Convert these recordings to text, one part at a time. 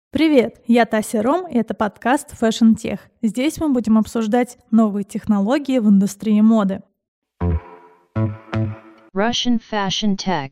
Привет, я Тася Ром, и это подкаст Fashion Tech. Здесь мы будем обсуждать новые технологии в индустрии моды. Russian Fashion Tech.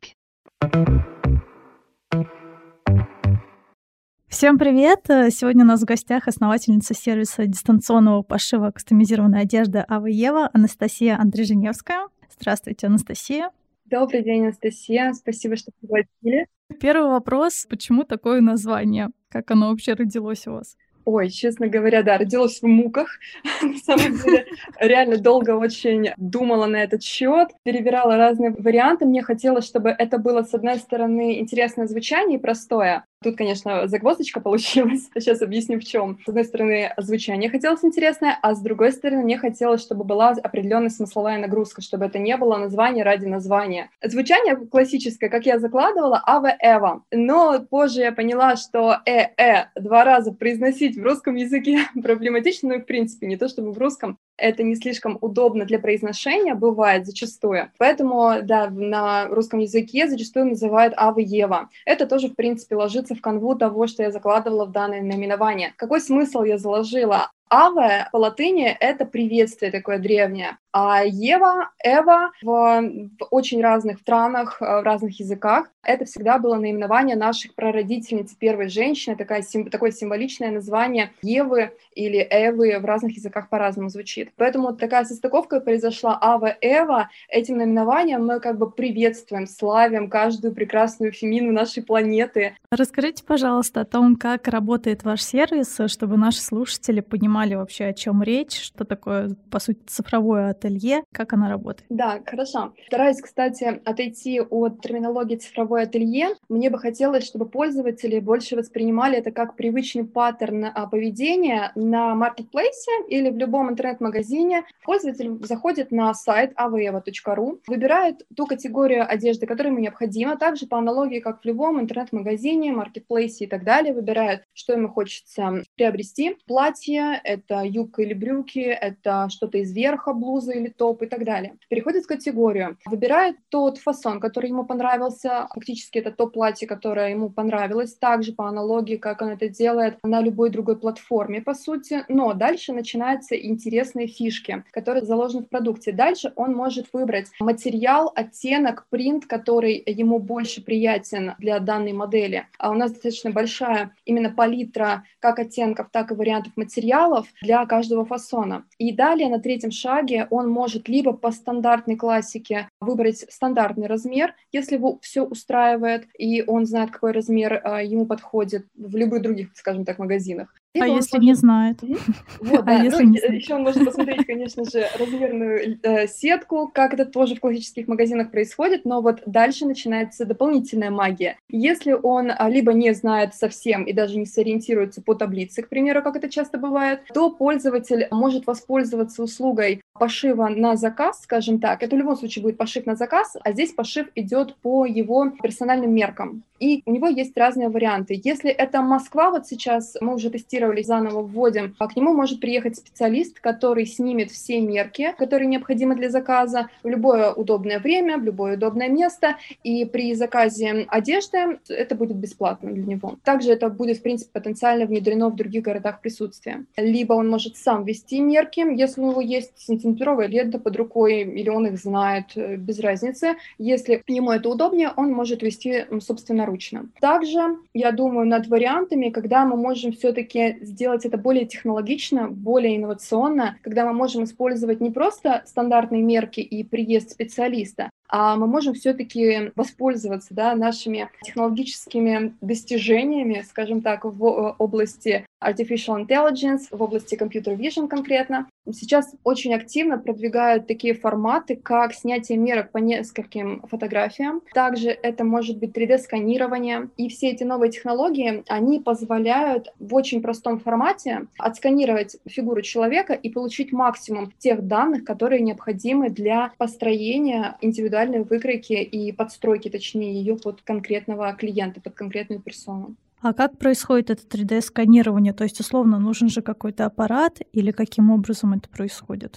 Всем привет! Сегодня у нас в гостях основательница сервиса дистанционного пошива кастомизированной одежды Ава Ева Анастасия Андреженевская. Здравствуйте, Анастасия. Добрый день, Анастасия. Спасибо, что пригласили. Первый вопрос. Почему такое название? Как оно вообще родилось у вас? Ой, честно говоря, да, родилась в муках. На самом деле, реально долго очень думала на этот счет, перебирала разные варианты. Мне хотелось, чтобы это было, с одной стороны, интересное звучание и простое. Тут, конечно, загвоздочка получилась. Сейчас объясню, в чем. С одной стороны, звучание хотелось интересное, а с другой стороны, мне хотелось, чтобы была определенная смысловая нагрузка, чтобы это не было название ради названия. Звучание классическое, как я закладывала, Ава Эва. Но позже я поняла, что два раза произносить в русском языке проблематично, ну и в принципе, не то чтобы в русском, это не слишком удобно для произношения, бывает зачастую. Поэтому, да, на русском языке зачастую называют Ава Ева. Это тоже, в принципе, ложится в канву того, что я закладывала в данное наименование. Какой смысл я заложила? Ава по латыни — это приветствие такое древнее, а Ева, Эва в очень разных странах, в разных языках — это всегда было наименование наших прародительниц первой женщины, такое символичное название Евы или Эвы в разных языках по-разному звучит. Поэтому такая состыковка произошла Ава, Эва. Этим наименованием мы как бы приветствуем, славим каждую прекрасную фемину нашей планеты. Расскажите, пожалуйста, о том, как работает ваш сервис, чтобы наши слушатели понимали вообще, о чем речь, что такое, по сути, цифровое ателье, как оно работает. Да, хорошо. Стараюсь, кстати, отойти от терминологии цифровое ателье. Мне бы хотелось, чтобы пользователи больше воспринимали это как привычный паттерн поведения на маркетплейсе или в любом интернет-магазине. Пользователь заходит на сайт aveva.ru, выбирает ту категорию одежды, которая ему необходима, также по аналогии, как в любом интернет-магазине, маркетплейсе и так далее, выбирает, что ему хочется приобрести. Платье, это юбка или брюки, это что-то из верха, блуза или топ и так далее. Переходит в категорию, выбирает тот фасон, который ему понравился, фактически это то платье, которое ему понравилось, также по аналогии, как он это делает на любой другой платформе, по сути, но дальше начинаются интересные фишки, которые заложены в продукте. Дальше он может выбрать материал, оттенок, принт, который ему больше приятен для данной модели. А у нас достаточно большая именно палитра как оттенков, так и вариантов материалов для каждого фасона. И далее на третьем шаге он может либо по стандартной классике выбрать стандартный размер, если его все устраивает, и он знает, какой размер ему подходит в любых других, скажем так, магазинах. А если не знает? Вот, да. Еще он может посмотреть, конечно же, размерную сетку, как это тоже в классических магазинах происходит, но вот дальше начинается дополнительная магия. Если он либо не знает совсем и даже не сориентируется по таблице, к примеру, как это часто бывает, то пользователь может воспользоваться услугой пошива на заказ, скажем так. Это в любом случае будет пошив на заказ, а здесь пошив идет по его персональным меркам. И у него есть разные варианты. Если это Москва, вот сейчас мы уже тестировали, заново вводим, к нему может приехать специалист, который снимет все мерки, которые необходимы для заказа, в любое удобное время, в любое удобное место, и при заказе одежды это будет бесплатно для него. Также это будет, в принципе, потенциально внедрено в других городах присутствия. Либо он может сам вести мерки, если у него есть сантиметровая лента под рукой, или он их знает, без разницы. Если ему это удобнее, он может вести собственноручно. Также я думаю над вариантами, когда мы можем все-таки сделать это более технологично, более инновационно, когда мы можем использовать не просто стандартные мерки и приезд специалиста, а мы можем все-таки воспользоваться, да, нашими технологическими достижениями, скажем так, в области Artificial Intelligence, в области Computer Vision конкретно. Сейчас очень активно продвигают такие форматы, как снятие мерок по нескольким фотографиям. Также это может быть 3D-сканирование. И все эти новые технологии, они позволяют в очень простом формате отсканировать фигуру человека и получить максимум тех данных, которые необходимы для построения индивидуальной выкройки и подстройки, точнее, ее под конкретного клиента, под конкретную персону. А как происходит это 3D-сканирование? То есть, условно, нужен же какой-то аппарат или каким образом это происходит?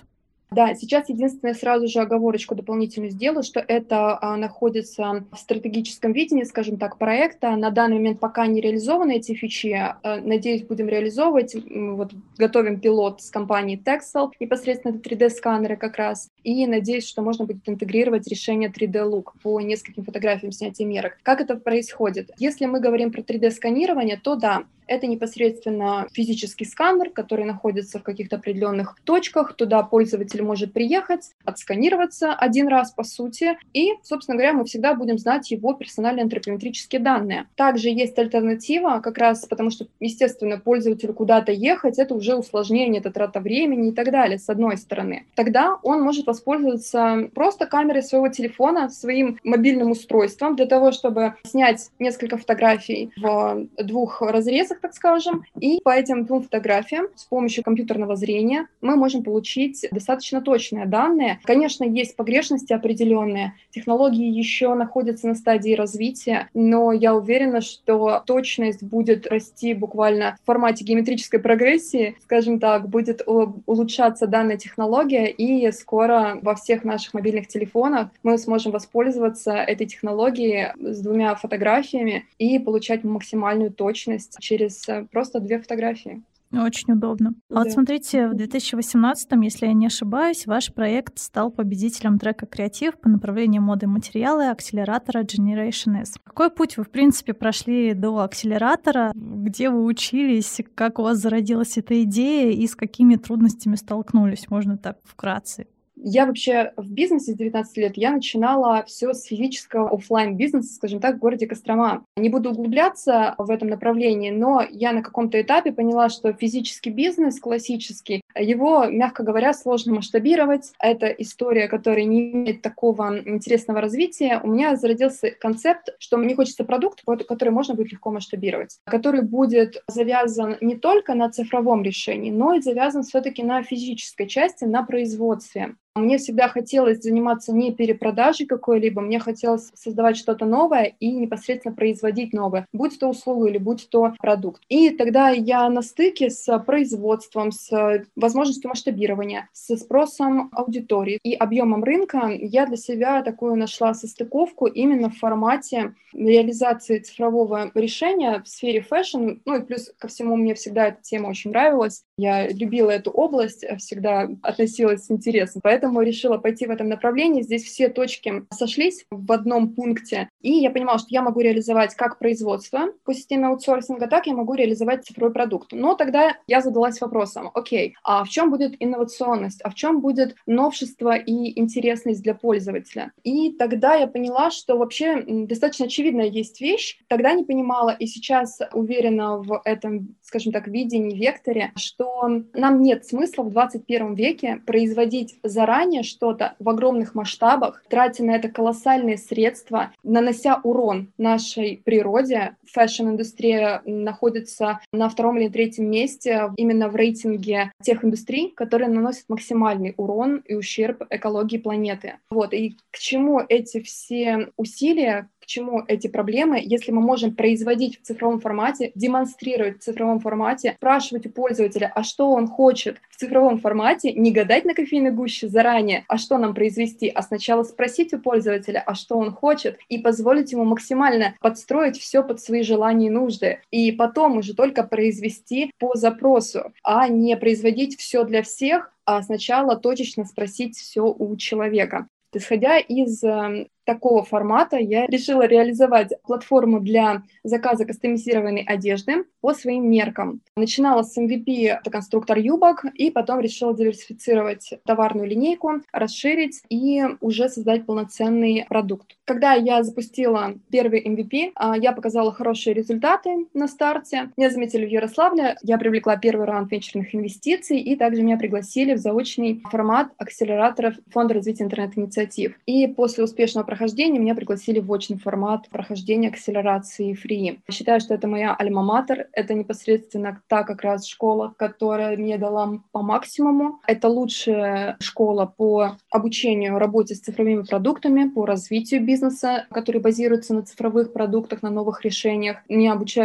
Да, сейчас единственное, сразу же оговорочку дополнительную сделаю, что это находится в стратегическом видении, скажем так, проекта. На данный момент пока не реализованы эти фичи. Надеюсь, будем реализовывать. Вот готовим пилот с компанией Texel, непосредственно это 3D-сканеры как раз. И надеюсь, что можно будет интегрировать решение 3D-Look по нескольким фотографиям снятия мерок. Как это происходит? Если мы говорим про 3D-сканирование, то да, это непосредственно физический сканер, который находится в каких-то определенных точках. Туда пользователь может приехать, отсканироваться один раз, по сути, и, собственно говоря, мы всегда будем знать его персональные антропометрические данные. Также есть альтернатива, как раз потому что, естественно, пользователю куда-то ехать, это уже усложнение, это трата времени и так далее, с одной стороны. Тогда он может воспользоваться просто камерой своего телефона, своим мобильным устройством для того, чтобы снять несколько фотографий в двух разрезах, так скажем, и по этим двум фотографиям с помощью компьютерного зрения мы можем получить достаточно точные данные. Конечно, есть погрешности определенные, технологии еще находятся на стадии развития, но я уверена, что точность будет расти буквально в формате геометрической прогрессии, скажем так, будет улучшаться данная технология, и скоро во всех наших мобильных телефонах мы сможем воспользоваться этой технологией с двумя фотографиями и получать максимальную точность через просто две фотографии. Очень удобно. А Да. вот смотрите, в 2018-м, если я не ошибаюсь, ваш проект стал победителем трека «Креатив» по направлению моды и материалы акселератора Generation S. Какой путь вы, в принципе, прошли до акселератора? Где вы учились? Как у вас зародилась эта идея? И с какими трудностями столкнулись? Можно так вкратце. Я вообще в бизнесе с 19 лет, я начинала все с физического офлайн бизнеса, скажем так, в городе Кострома. Не буду углубляться в этом направлении, но я на каком-то этапе поняла, что физический бизнес классический, его, мягко говоря, сложно масштабировать. Это история, которая не имеет такого интересного развития. У меня зародился концепт, что мне хочется продукт, который можно будет легко масштабировать, который будет завязан не только на цифровом решении, но и завязан все-таки на физической части, на производстве. Мне всегда хотелось заниматься не перепродажей какой-либо, мне хотелось создавать что-то новое и непосредственно производить новое, будь то услуга или будь то продукт. И тогда я на стыке с производством, с возможностью масштабирования, со спросом аудитории и объемом рынка я для себя такую нашла состыковку именно в формате реализации цифрового решения в сфере фэшн. Ну и плюс ко всему мне всегда эта тема очень нравилась. Я любила эту область, всегда относилась с интересом. Поэтому решила пойти в этом направлении. Здесь все точки сошлись в одном пункте. И я понимала, что я могу реализовать как производство по системе аутсорсинга, так я могу реализовать цифровой продукт. Но тогда я задалась вопросом, окей, а в чем будет инновационность, а в чем будет новшество и интересность для пользователя? И тогда я поняла, что вообще достаточно очевидная есть вещь. Тогда не понимала и сейчас уверена в этом, скажем так, видении, векторе, что нам нет смысла в 21 веке производить заранее что-то в огромных масштабах, тратя на это колоссальные средства, нанося урон нашей природе. Фэшн-индустрия находится на 2-м или 3-м месте именно в рейтинге тех индустрий, которые наносят максимальный урон и ущерб экологии планеты. Вот. И к чему эти все усилия, к чему эти проблемы, если мы можем производить в цифровом формате, демонстрировать в цифровом формате, спрашивать у пользователя, а что он хочет в цифровом формате, не гадать на кофейной гуще заранее, а что нам произвести, а сначала спросить у пользователя, а что он хочет, и позволить ему максимально подстроить все под свои желания и нужды, и потом уже только произвести по запросу, а не производить все для всех, а сначала точечно спросить все у человека. Исходя из такого формата, я решила реализовать платформу для заказа кастомизированной одежды по своим меркам. Начинала с MVP, это конструктор юбок, и потом решила диверсифицировать товарную линейку, расширить и уже создать полноценный продукт. Когда я запустила первый MVP, я показала хорошие результаты на старте. Меня заметили в Ярославле, я привлекла первый раунд венчурных инвестиций, и также меня пригласили в заочный формат акселераторов Фонда развития интернет-инициатив. И после успешного прохождения меня пригласили в очный формат прохождения акселерации Free. Считаю, что это моя альма-матер, это непосредственно та как раз школа, которая мне дала по максимуму. Это лучшая школа по обучению работе с цифровыми продуктами, по развитию бизнеса, который базируется на цифровых продуктах, на новых решениях. Меня обучали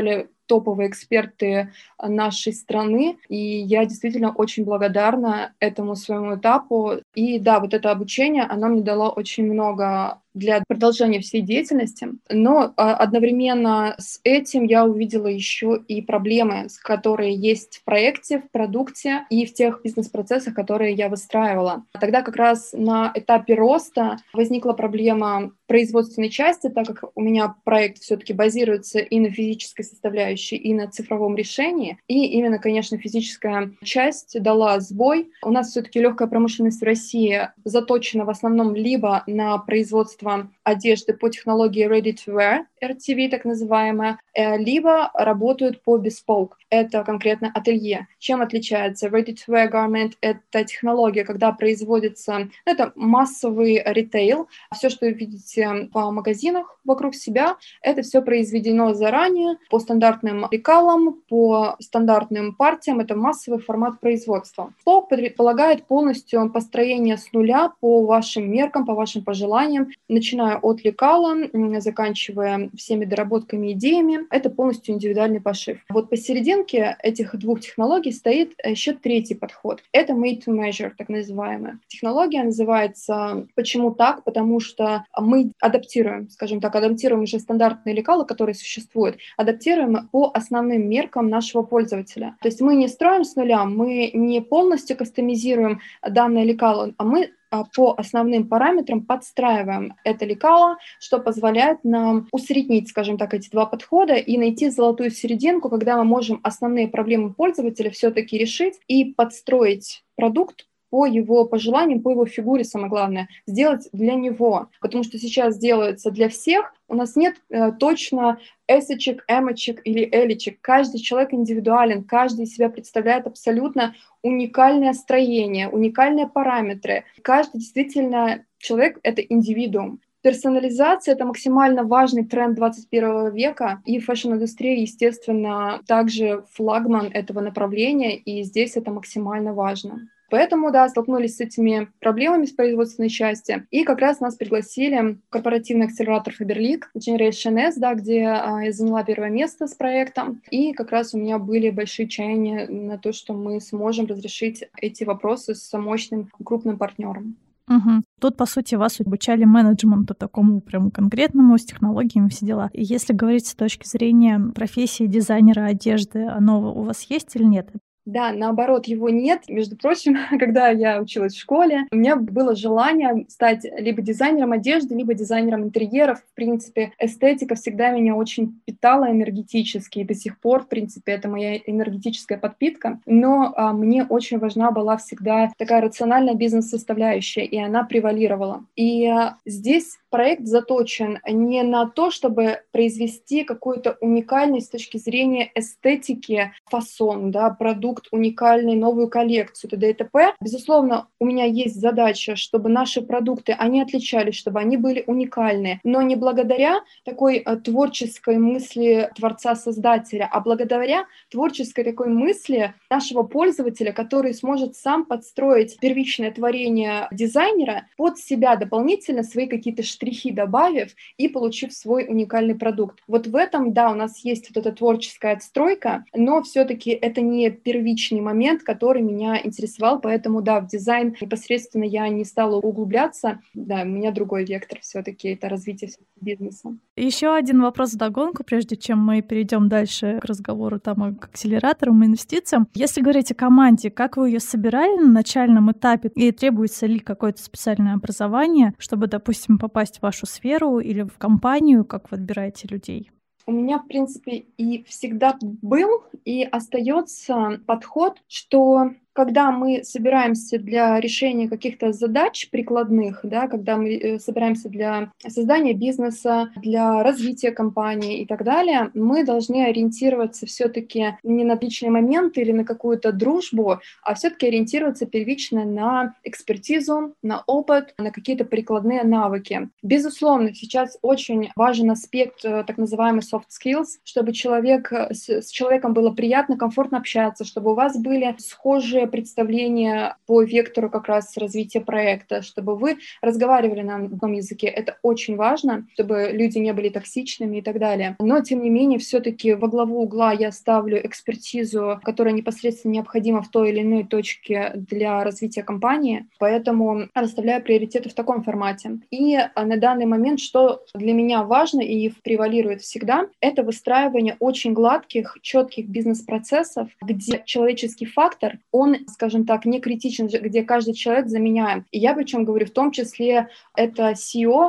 топовые эксперты нашей страны, и я действительно очень благодарна этому своему этапу. И да, вот это обучение, оно мне дало очень много для продолжения всей деятельности, но одновременно с этим я увидела еще и проблемы, которые есть в проекте, в продукте и в тех бизнес-процессах, которые я выстраивала. Тогда как раз на этапе роста возникла проблема производственной части, так как у меня проект все-таки базируется и на физической составляющей, и на цифровом решении. И именно, конечно, физическая часть дала сбой. У нас все-таки легкая промышленность в России заточена в основном либо на производство одежды по технологии Ready to Wear, RTV так называемая, либо работают по bespoke. Это конкретно ателье. Чем отличается? Ready to Wear garment — это технология, когда производится, это массовый ритейл. Все, что вы видите в магазинах вокруг себя, это все произведено заранее по стандартным лекалам, по стандартным партиям. Это массовый формат производства. Bespoke предполагает полностью построение с нуля по вашим меркам, по вашим пожеланиям, начиная от лекала, заканчивая всеми доработками, идеями. Это полностью индивидуальный пошив. Вот посерединке этих двух технологий стоит еще третий подход. Это made to measure, так называемая. Технология называется почему так? Потому что мы адаптируем, скажем так, адаптируем уже стандартные лекала, которые существуют, адаптируем по основным меркам нашего пользователя. То есть мы не строим с нуля, мы не полностью кастомизируем данное лекало, а мы по основным параметрам подстраиваем это лекало, что позволяет нам усреднить, скажем так, эти два подхода и найти золотую серединку, когда мы можем основные проблемы пользователя все-таки решить и подстроить продукт по его пожеланиям, по его фигуре, самое главное, сделать для него. Потому что сейчас делается для всех, у нас нет точно эсочек, эмочек или эличек. Каждый человек индивидуален, каждый себя представляет абсолютно уникальное строение, уникальные параметры. Каждый действительно человек — это индивидуум. Персонализация — это максимально важный тренд 21 века, и фэшн-индустрия, естественно, также флагман этого направления, и здесь это максимально важно. Поэтому, да, столкнулись с этими проблемами с производственной части, и как раз нас пригласили в корпоративный акселератор Faberlic, Generation S, да, где я заняла первое место с проектом, и как раз у меня были большие чаяния на то, что мы сможем разрешить эти вопросы с мощным крупным партнером. Угу. Тут, по сути, вас обучали менеджменту такому прям конкретному, с технологиями, все дела. И если говорить с точки зрения профессии дизайнера одежды, оно у вас есть или нет? Да, наоборот, его нет. Между прочим, когда я училась в школе, у меня было желание стать либо дизайнером одежды, либо дизайнером интерьеров. В принципе, эстетика всегда меня очень питала энергетически, и до сих пор, в принципе, это моя энергетическая подпитка. Но мне очень важна была всегда такая рациональная бизнес-составляющая, и она превалировала. И здесь проект заточен не на то, чтобы произвести какую-то уникальность с точки зрения эстетики, фасон, да, продукт уникальный, новую коллекцию, т.д. и т.п. Безусловно, у меня есть задача, чтобы наши продукты, они отличались, чтобы они были уникальны, но не благодаря такой творческой мысли творца-создателя, а благодаря творческой такой мысли нашего пользователя, который сможет сам подстроить первичное творение дизайнера под себя дополнительно, свои какие-то штрихи добавив и получив свой уникальный продукт. Вот в этом, да, у нас есть вот эта творческая отстройка, но все-таки это не первичный момент, который меня интересовал, поэтому, да, в дизайн непосредственно я не стала углубляться. Да, у меня другой вектор все-таки, это развитие бизнеса. Еще один вопрос вдогонку, прежде чем мы перейдем дальше к разговору там к акселераторам и инвестициям. Если говорить о команде, как вы ее собирали на начальном этапе, и требуется ли какое-то специальное образование, чтобы, допустим, попасть в вашу сферу или в компанию, как вы отбираете людей? У меня, в принципе, и всегда был, и остается подход, что когда мы собираемся для решения каких-то задач прикладных, да, когда мы собираемся для создания бизнеса, для развития компании и так далее, мы должны ориентироваться все-таки не на личные моменты или на какую-то дружбу, а все-таки ориентироваться первично на экспертизу, на опыт, на какие-то прикладные навыки. Безусловно, сейчас очень важен аспект так называемый soft skills, чтобы с человеком было приятно, комфортно общаться, чтобы у вас были схожие общее представление по вектору как раз развития проекта, чтобы вы разговаривали на одном языке. Это очень важно, чтобы люди не были токсичными и так далее. Но, тем не менее, все-таки во главу угла я ставлю экспертизу, которая непосредственно необходима в той или иной точке для развития компании, поэтому расставляю приоритеты в таком формате. И на данный момент, что для меня важно и превалирует всегда, это выстраивание очень гладких, четких бизнес-процессов, где человеческий фактор, он, скажем так, не критичен, где каждый человек заменяем. И я причем говорю в том числе это CEO,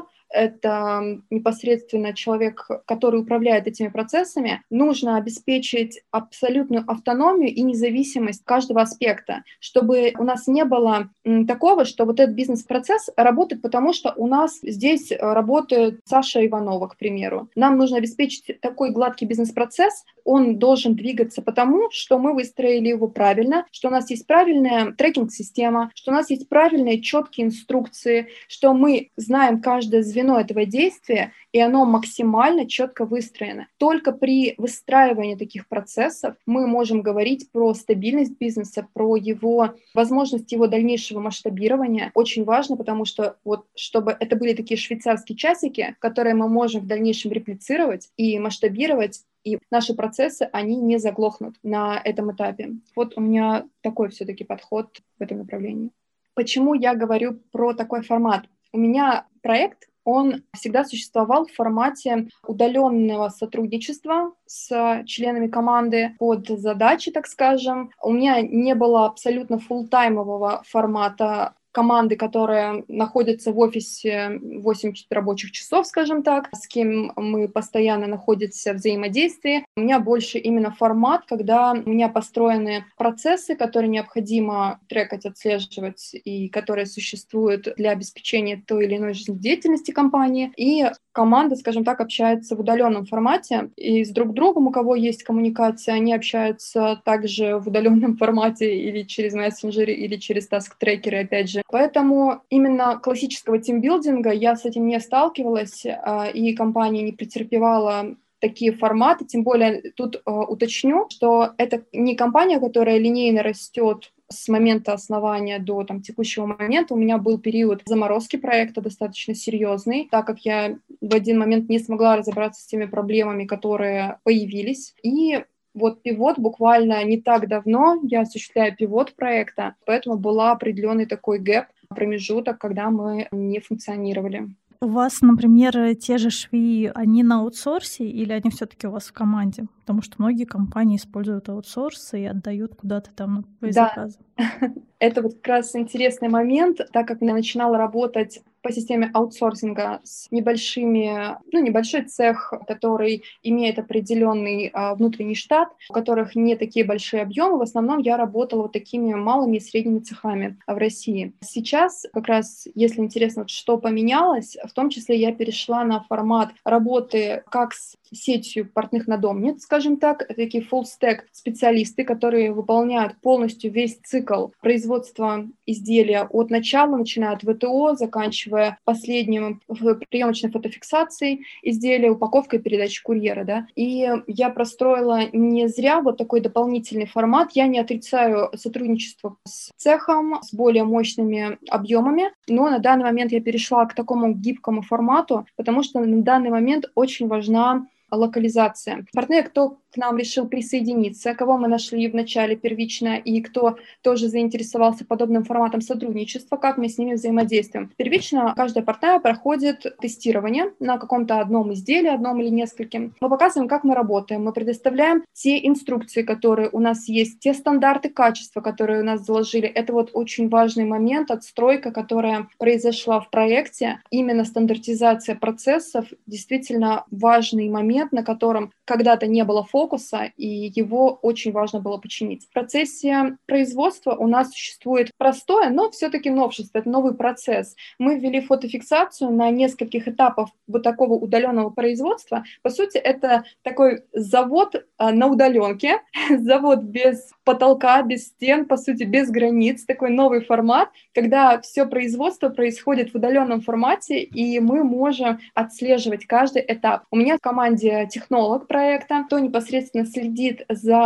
это непосредственно человек, который управляет этими процессами, нужно обеспечить абсолютную автономию и независимость каждого аспекта, чтобы у нас не было такого, что вот этот бизнес-процесс работает, потому что у нас здесь работает Саша Иванова, к примеру. Нам нужно обеспечить такой гладкий бизнес-процесс, он должен двигаться потому, что мы выстроили его правильно, что у нас есть правильная трекинг-система, что у нас есть правильные четкие инструкции, что мы знаем каждое звено этого действия, и оно максимально четко выстроено. Только при выстраивании таких процессов мы можем говорить про стабильность бизнеса, про его возможность его дальнейшего масштабирования. Очень важно, потому что вот чтобы это были такие швейцарские часики, которые мы можем в дальнейшем реплицировать и масштабировать, и наши процессы, они не заглохнут на этом этапе. Вот у меня такой все-таки подход в этом направлении. Почему я говорю про такой формат? У меня проект, он всегда существовал в формате удаленного сотрудничества с членами команды под задачи, так скажем. У меня не было абсолютно фуллтаймового формата команды, которая находится в офисе 8 рабочих часов, скажем так, с кем мы постоянно находимся в взаимодействии. У меня больше именно формат, когда у меня построены процессы, которые необходимо трекать, отслеживать и которые существуют для обеспечения той или иной жизнедеятельности компании. И команда, скажем так, общается в удаленном формате, и с друг другом, у кого есть коммуникация, они общаются также в удаленном формате или через мессенджеры, или через таск-трекеры, опять же. Поэтому именно классического тимбилдинга я с этим не сталкивалась, и компания не претерпевала такие форматы, тем более тут уточню, что это не компания, которая линейно растет с момента основания до текущего момента. У меня был период заморозки проекта достаточно серьезный, так как я в один момент не смогла разобраться с теми проблемами, которые появились. И вот пивот буквально не так давно я осуществляю пивот проекта, поэтому был определенный такой гэп, промежуток, когда мы не функционировали. У вас, например, те же швеи, они на аутсорсе или они все-таки у вас в команде? Потому что многие компании используют аутсорсы и отдают куда-то там на заказы. Это вот как раз интересный момент, так как я начинала работать по системе аутсорсинга с небольшой цех, который имеет определенный внутренний штат, у которых не такие большие объемы. В основном я работала вот такими малыми и средними цехами в России. Сейчас как раз, если интересно, что поменялось, в том числе я перешла на формат работы как с сетью портных надомниц, скажем так, такие full-stack специалисты, которые выполняют полностью весь цикл производства изделия от начала, начиная от ВТО, заканчивая последним приемочной фотофиксацией изделия, упаковкой, передачей курьера. Да? И я простроила не зря вот такой дополнительный формат. Я не отрицаю сотрудничество с цехом, с более мощными объемами, но на данный момент я перешла к такому гибкому формату, потому что на данный момент очень важна локализация. Партнер, кто к нам решил присоединиться, кого мы нашли в начале первично и кто тоже заинтересовался подобным форматом сотрудничества, как мы с ними взаимодействуем. Первично каждая партнер проходит тестирование на каком-то одном изделии, одном или нескольким. Мы показываем, как мы работаем, мы предоставляем те инструкции, которые у нас есть, те стандарты качества, которые у нас заложили. Это вот очень важный момент, отстройка, которая произошла в проекте. Именно стандартизация процессов действительно важный момент, на котором когда-то не было фокуса, и его очень важно было починить. В процессе производства у нас существует простое, но все-таки новшество, это новый процесс. Мы ввели фотофиксацию на нескольких этапах вот такого удаленного производства. По сути, это такой завод на удаленке, завод без потолка, без стен, по сути, без границ, такой новый формат, когда все производство происходит в удаленном формате, и мы можем отслеживать каждый этап. У меня в команде технолог проекта, кто непосредственно следит за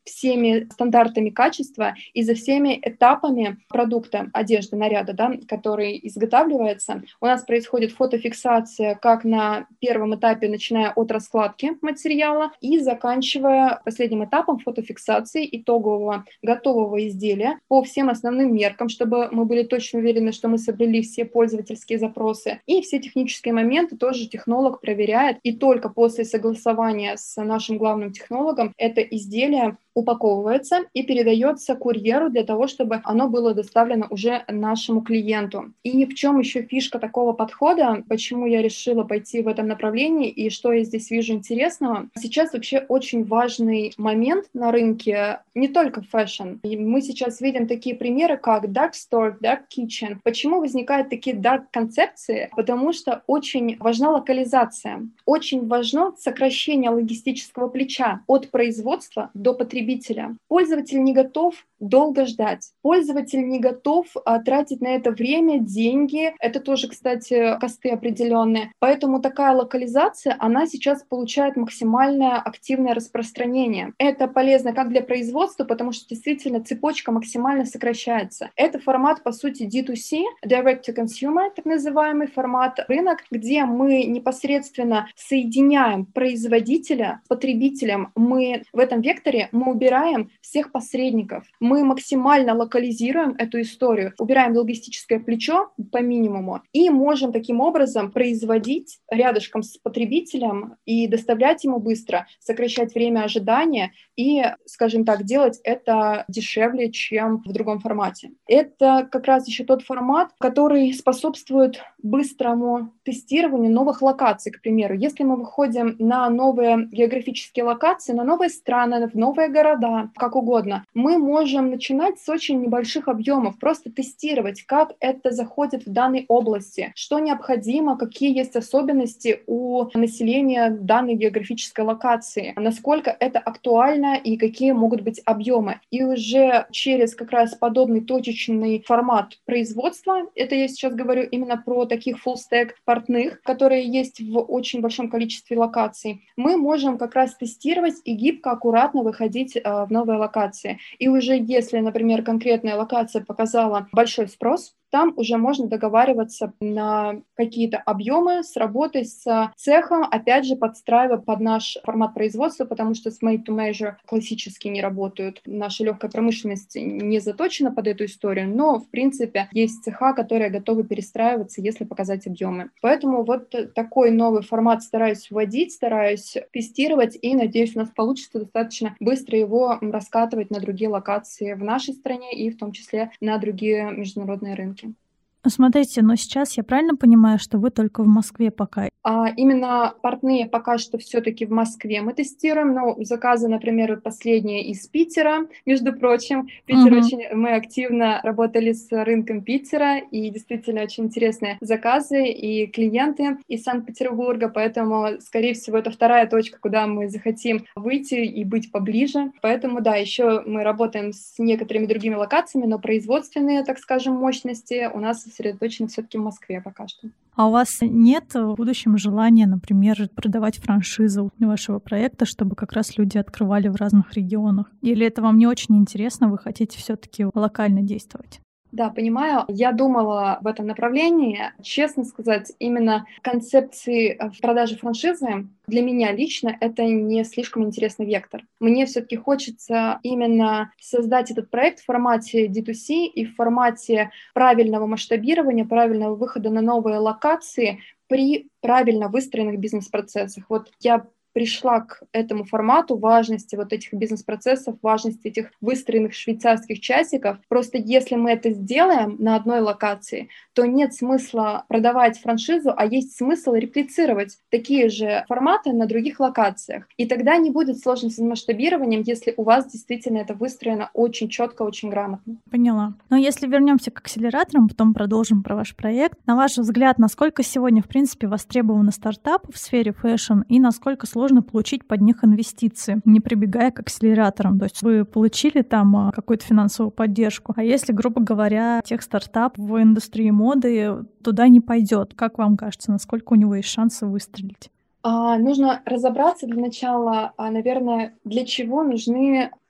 всеми стандартами качества и за всеми этапами продукта, одежды, наряда, да, который изготавливается. У нас происходит фотофиксация как на первом этапе, начиная от раскладки материала и заканчивая последним этапом фотофиксации итогового готового изделия по всем основным меркам, чтобы мы были точно уверены, что мы соблюли все пользовательские запросы. И все технические моменты тоже технолог проверяет, и только после согласования с нашим главным технологом это изделие упаковывается и передается курьеру для того, чтобы оно было доставлено уже нашему клиенту. И в чем еще фишка такого подхода, почему я решила пойти в этом направлении и что я здесь вижу интересного? Сейчас вообще очень важный момент на рынке, не только фэшн. И мы сейчас видим такие примеры, как dark store, dark kitchen. Почему возникают такие dark концепции? Потому что очень важна локализация. Очень важно сокращение логистического плеча от производства до потребителя. Пользователь не готов долго ждать. Пользователь не готов тратить на это время, деньги. Это тоже, кстати, косты определенные. Поэтому такая локализация, она сейчас получает максимальное активное распространение. Это полезно как для производства, потому что действительно цепочка максимально сокращается. Это формат, по сути, D2C, Direct to Consumer, так называемый формат рынок, где мы непосредственно соединяем производителя с потребителем. Мы в этом векторе убираем всех посредников. Мы максимально локализируем эту историю, убираем логистическое плечо по минимуму и можем таким образом производить рядышком с потребителем и доставлять ему быстро, сокращать время ожидания и, скажем так, делать это дешевле, чем в другом формате. Это как раз еще тот формат, который способствует быстрому тестированию новых локаций, к примеру. Если мы выходим на новые географические локации, на новые страны, в новые города, как угодно, мы можем начинать с очень небольших объемов, просто тестировать, как это заходит в данной области, что необходимо, какие есть особенности у населения данной географической локации, насколько это актуально и какие могут быть объемы. И уже через как раз подобный точечный формат производства, это я сейчас говорю именно про таких full-stack портных, которые есть в очень большом количестве локаций, мы можем как раз тестировать и гибко, аккуратно выходить в новые локации. И уже если, например, конкретная локация показала большой спрос, там уже можно договариваться на какие-то объемы с работой с цехом, опять же, подстраивая под наш формат производства, потому что с made to measure классически не работают. Наша легкая промышленность не заточена под эту историю, но, в принципе, есть цеха, которые готовы перестраиваться, если показать объемы. Поэтому вот такой новый формат стараюсь вводить, стараюсь тестировать, и, надеюсь, у нас получится достаточно быстро его раскатывать на другие локации в нашей стране и в том числе на другие международные рынки. Смотрите, но сейчас я правильно понимаю, что вы только в Москве пока? Именно портные пока что все-таки в Москве мы тестируем, но заказы, например, последние из Питера, между прочим. Питер мы активно работали с рынком Питера, и действительно очень интересные заказы и клиенты из Санкт-Петербурга, поэтому, скорее всего, это вторая точка, куда мы захотим выйти и быть поближе. Поэтому, да, еще мы работаем с некоторыми другими локациями, но производственные, так скажем, мощности у нас сосредоточены все-таки в Москве пока что. А у вас нет в будущем желания, например, продавать франшизу вашего проекта, чтобы как раз люди открывали в разных регионах? Или это вам не очень интересно, вы хотите все-таки локально действовать? Да, понимаю. Я думала в этом направлении. Честно сказать, именно концепции в продаже франшизы для меня лично это не слишком интересный вектор. Мне все-таки хочется именно создать этот проект в формате D2C и в формате правильного масштабирования, правильного выхода на новые локации при правильно выстроенных бизнес-процессах. Вот я пришла к этому формату важности вот этих бизнес-процессов, важности этих выстроенных швейцарских часиков. Просто если мы это сделаем на одной локации, то нет смысла продавать франшизу, а есть смысл реплицировать такие же форматы на других локациях. И тогда не будет сложности с масштабированием, если у вас действительно это выстроено очень четко, очень грамотно. Поняла. Но если вернемся к акселераторам, потом продолжим про ваш проект. На ваш взгляд, насколько сегодня, в принципе, востребованы стартапы в сфере фэшн и насколько сложно получить под них инвестиции, не прибегая к акселераторам? То есть вы получили там какую-то финансовую поддержку, а если, грубо говоря, тех стартап в индустрии моды туда не пойдет, как вам кажется, насколько у него есть шансы выстрелить? Нужно разобраться для начала, наверное, для чего нужны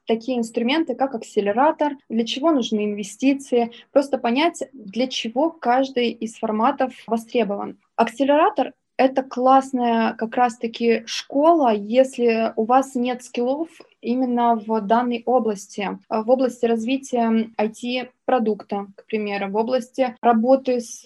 такие инструменты, как акселератор, для чего нужны инвестиции, просто понять, для чего каждый из форматов востребован. Акселератор — это классная как раз-таки школа, если у вас нет скиллов именно в данной области, в области развития IT-продукта, к примеру, в области работы с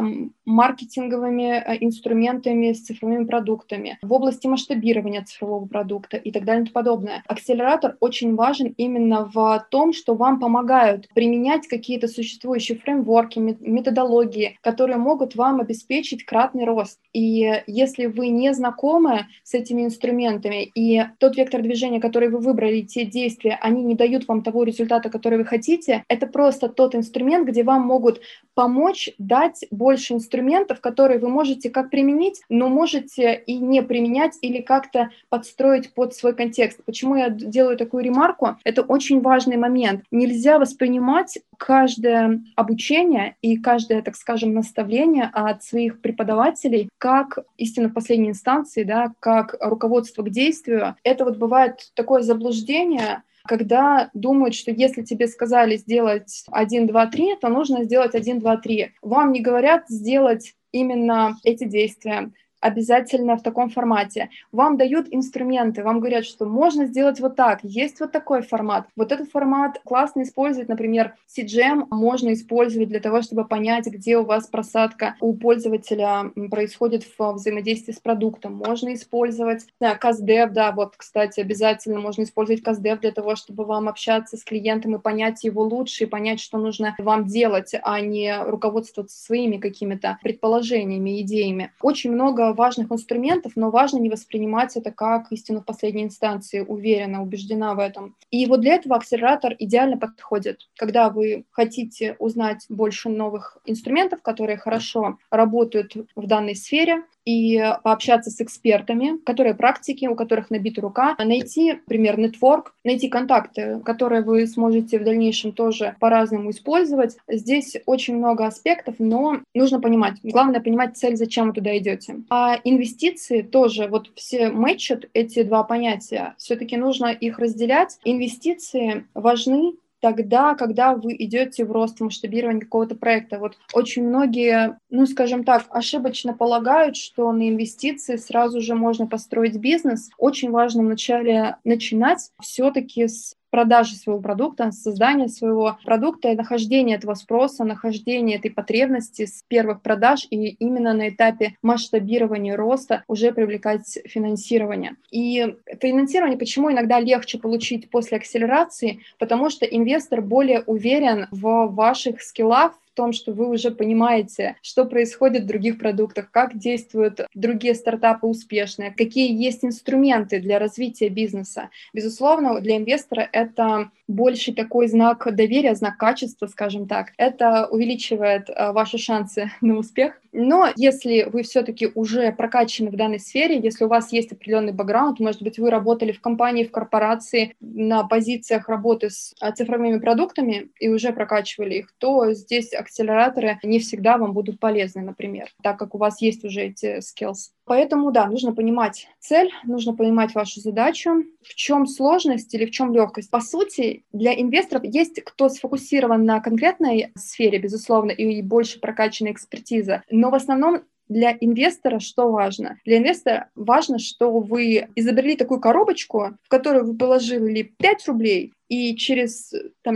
маркетинговыми инструментами, с цифровыми продуктами, в области масштабирования цифрового продукта и так далее и тому подобное. Акселератор очень важен именно в том, что вам помогают применять какие-то существующие фреймворки, методологии, которые могут вам обеспечить кратный рост. И если вы не знакомы с этими инструментами, и тот вектор движения, который вы выбрали, те действия, они не дают вам того результата, который вы хотите, это просто тот инструмент, где вам могут помочь дать больше инструментов, которые вы можете как применить, но можете и не применять или как-то подстроить под свой контекст. Почему я делаю такую ремарку? Это очень важный момент. Нельзя воспринимать каждое обучение и каждое, так скажем, наставление от своих преподавателей как истину в последней инстанции, да, как руководство к действию. Это вот бывает такое заблуждение, когда думают, что если тебе сказали сделать 1, 2, 3, то нужно сделать 1, 2, 3. Вам не говорят сделать именно эти действия обязательно в таком формате. Вам дают инструменты, вам говорят, что можно сделать вот так, есть вот такой формат. Вот этот формат классно использовать, например, CGM можно использовать для того, чтобы понять, где у вас просадка у пользователя происходит в взаимодействии с продуктом. Можно использовать CastDev, да, вот, кстати, обязательно можно использовать CastDev для того, чтобы вам общаться с клиентом и понять его лучше, и понять, что нужно вам делать, а не руководствоваться своими какими-то предположениями, идеями. Очень много важных инструментов, но важно не воспринимать это как истину в последней инстанции, уверена, убеждена в этом. И вот для этого акселератор идеально подходит. Когда вы хотите узнать больше новых инструментов, которые хорошо работают в данной сфере, и пообщаться с экспертами, которые практики, у которых набита рука, найти, например, нетворк, найти контакты, которые вы сможете в дальнейшем тоже по-разному использовать. Здесь очень много аспектов, но нужно понимать. Главное понимать цель, зачем вы туда идете. А инвестиции тоже, вот все мэчат эти два понятия. Все-таки нужно их разделять. Инвестиции важны тогда, когда вы идете в рост, в масштабирование какого-то проекта. Вот очень многие, скажем так, ошибочно полагают, что на инвестиции сразу же можно построить бизнес. Очень важно вначале начинать все-таки с продажи своего продукта, создания своего продукта, нахождение этого спроса, нахождение этой потребности с первых продаж и именно на этапе масштабирования роста уже привлекать финансирование. И финансирование почему иногда легче получить после акселерации? Потому что инвестор более уверен в ваших скиллах, в том, что вы уже понимаете, что происходит в других продуктах, как действуют другие стартапы успешные, какие есть инструменты для развития бизнеса. Безусловно, для инвестора это больше такой знак доверия, знак качества, скажем так. Это увеличивает ваши шансы на успех. Но если вы все-таки уже прокачаны в данной сфере, если у вас есть определенный бэкграунд, может быть, вы работали в компании, в корпорации на позициях работы с цифровыми продуктами и уже прокачивали их, то здесь акселераторы не всегда вам будут полезны, например, так как у вас есть уже эти skills. Поэтому, да, нужно понимать цель, нужно понимать вашу задачу, в чем сложность или в чем легкость. По сути, для инвесторов есть кто сфокусирован на конкретной сфере, безусловно, и больше прокачанная экспертиза, но в основном для инвестора что важно? Для инвестора важно, что вы изобрели такую коробочку, в которую вы положили 5 рублей, и через,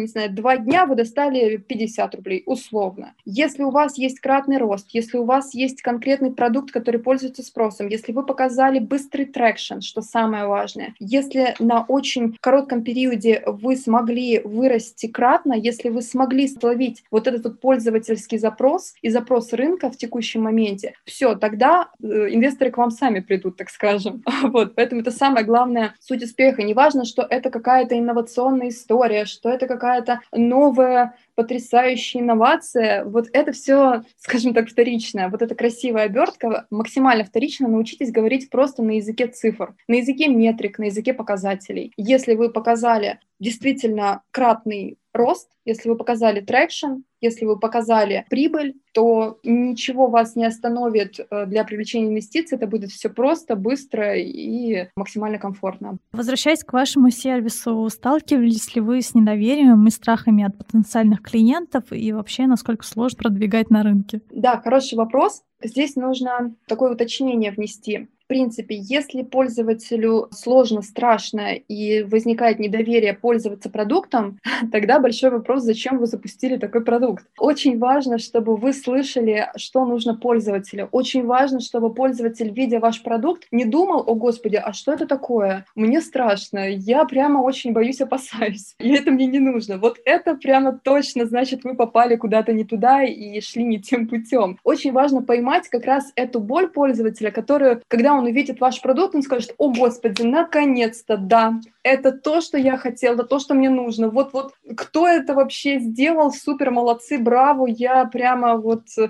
2 дня вы достали 50 рублей, условно. Если у вас есть кратный рост, если у вас есть конкретный продукт, который пользуется спросом, если вы показали быстрый трекшн, что самое важное, если на очень коротком периоде вы смогли вырасти кратно, если вы смогли словить вот этот вот пользовательский запрос и запрос рынка в текущем моменте, все, тогда инвесторы к вам сами придут, так скажем. Вот, поэтому это самая главная суть успеха. Не важно, что это какая-то инновационная история, что это какая-то новая потрясающая инновация. Вот это все, скажем так, вторично. Вот эта красивая обертка максимально вторично. Научитесь говорить просто на языке цифр, на языке метрик, на языке показателей. Если вы показали действительно кратный рост, если вы показали трекшн, если вы показали прибыль, то ничего вас не остановит для привлечения инвестиций. Это будет все просто, быстро и максимально комфортно. Возвращаясь к вашему сервису, сталкивались ли вы с недоверием и страхами от потенциальных клиентов и вообще насколько сложно продвигать на рынке? Да, хороший вопрос. Здесь нужно такое уточнение внести. В принципе, если пользователю сложно, страшно и возникает недоверие пользоваться продуктом, тогда большой вопрос, зачем вы запустили такой продукт. Очень важно, чтобы вы слышали, что нужно пользователю. Очень важно, чтобы пользователь, видя ваш продукт, не думал: о господи, а что это такое? Мне страшно, я прямо очень боюсь, опасаюсь, и это мне не нужно. Вот это прямо точно значит, вы попали куда-то не туда и шли не тем путем. Очень важно поймать как раз эту боль пользователя, которую, когда он увидит ваш продукт, он скажет: о господи, наконец-то, да, это то, что я хотел, это то, что мне нужно. Вот кто это вообще сделал? Супер, молодцы, браво, я прямо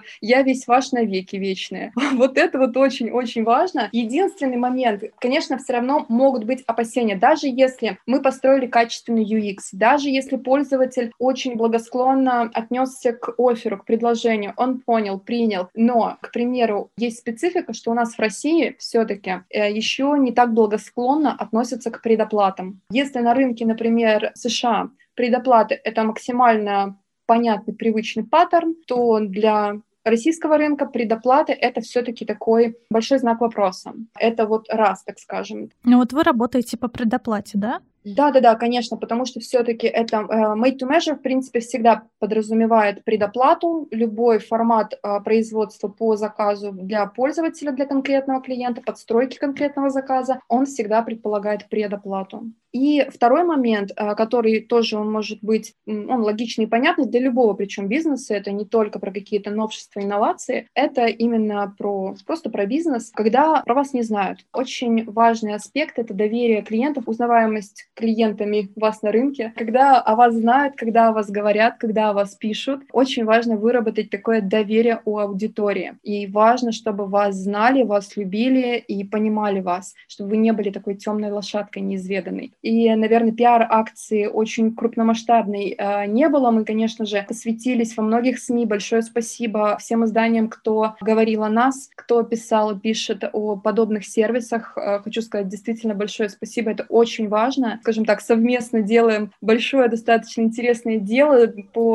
я весь ваш навеки вечные. Вот это вот очень-очень важно. Единственный момент, конечно, все равно могут быть опасения, даже если мы построили качественный UX, даже если пользователь очень благосклонно отнесся к офферу, к предложению, он понял, принял, но, к примеру, есть специфика, что у нас в России все-таки еще не так благосклонно относятся к предоплатам. Если на рынке, например, США предоплаты — это максимально понятный, привычный паттерн, то для российского рынка предоплаты — это все-таки такой большой знак вопроса. Это раз, так скажем. Ну вот вы работаете по предоплате, да? Да, конечно, потому что все-таки это made to measure, в принципе, всегда подразумевает предоплату. Любой формат производства по заказу для пользователя, для конкретного клиента, подстройки конкретного заказа, он всегда предполагает предоплату. И второй момент, который тоже он может быть, он логичный и понятный для любого, причем бизнеса, это не только про какие-то новшества, инновации, это именно просто про бизнес, когда про вас не знают. Очень важный аспект — это доверие клиентов, узнаваемость клиентами вас на рынке, когда о вас знают, когда о вас говорят, когда о вас пишут. Очень важно выработать такое доверие у аудитории. И важно, чтобы вас знали, вас любили и понимали вас, чтобы вы не были такой темной лошадкой неизведанной. И, наверное, пиар-акции очень крупномасштабной не было. Мы, конечно же, посвятились во многих СМИ. Большое спасибо всем изданиям, кто говорил о нас, кто писал и пишет о подобных сервисах. Хочу сказать действительно большое спасибо. Это очень важно. Скажем так, совместно делаем большое, достаточно интересное дело по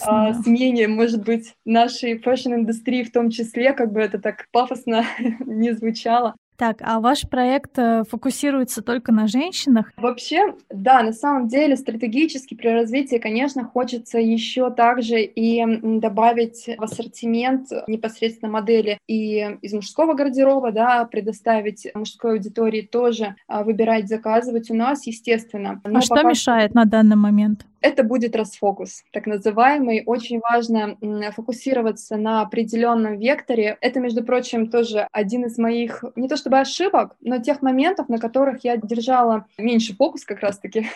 смене, может быть, нашей фэшн-индустрии в том числе, как бы это так пафосно не звучало. Так, а ваш проект фокусируется только на женщинах? Вообще, да, на самом деле стратегически при развитии, конечно, хочется еще также и добавить в ассортимент непосредственно модели и из мужского гардероба, да, предоставить мужской аудитории тоже выбирать, заказывать у нас, естественно. Но что мешает на данный момент? Это будет расфокус, так называемый. Очень важно фокусироваться на определенном векторе. Это, между прочим, тоже один из моих, не то чтобы ошибок, но тех моментов, на которых я держала меньше фокус как раз-таки.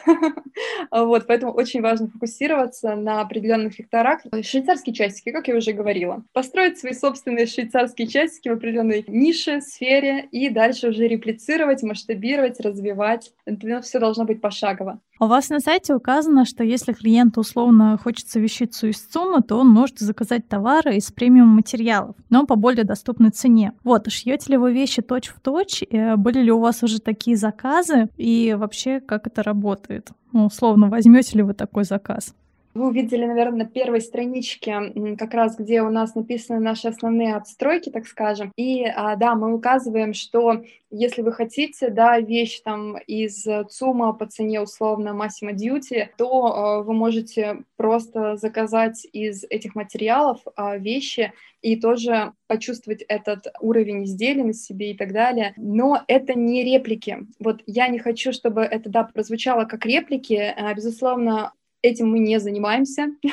Поэтому очень важно фокусироваться на определенных векторах. Швейцарские часики, как я уже говорила. Построить свои собственные швейцарские часики в определенной нише, сфере и дальше уже реплицировать, масштабировать, развивать. Это все должно быть пошагово. У вас на сайте указано, что если клиенту условно хочется вещицу из ЦУМа, то он может заказать товары из премиум материалов, но по более доступной цене. Шьете ли вы вещи точь-в-точь? Были ли у вас уже такие заказы? И вообще, как это работает? Условно, возьмете ли вы такой заказ? Вы увидели, наверное, на первой страничке, как раз где у нас написаны наши основные отстройки, так скажем. И да, мы указываем, что если вы хотите, да, вещь там из ЦУМа по цене условно Massimo Duty, то вы можете просто заказать из этих материалов вещи и тоже почувствовать этот уровень изделия на себе и так далее. Но это не реплики. Я не хочу, чтобы это, да, прозвучало как реплики. Безусловно, этим мы не занимаемся.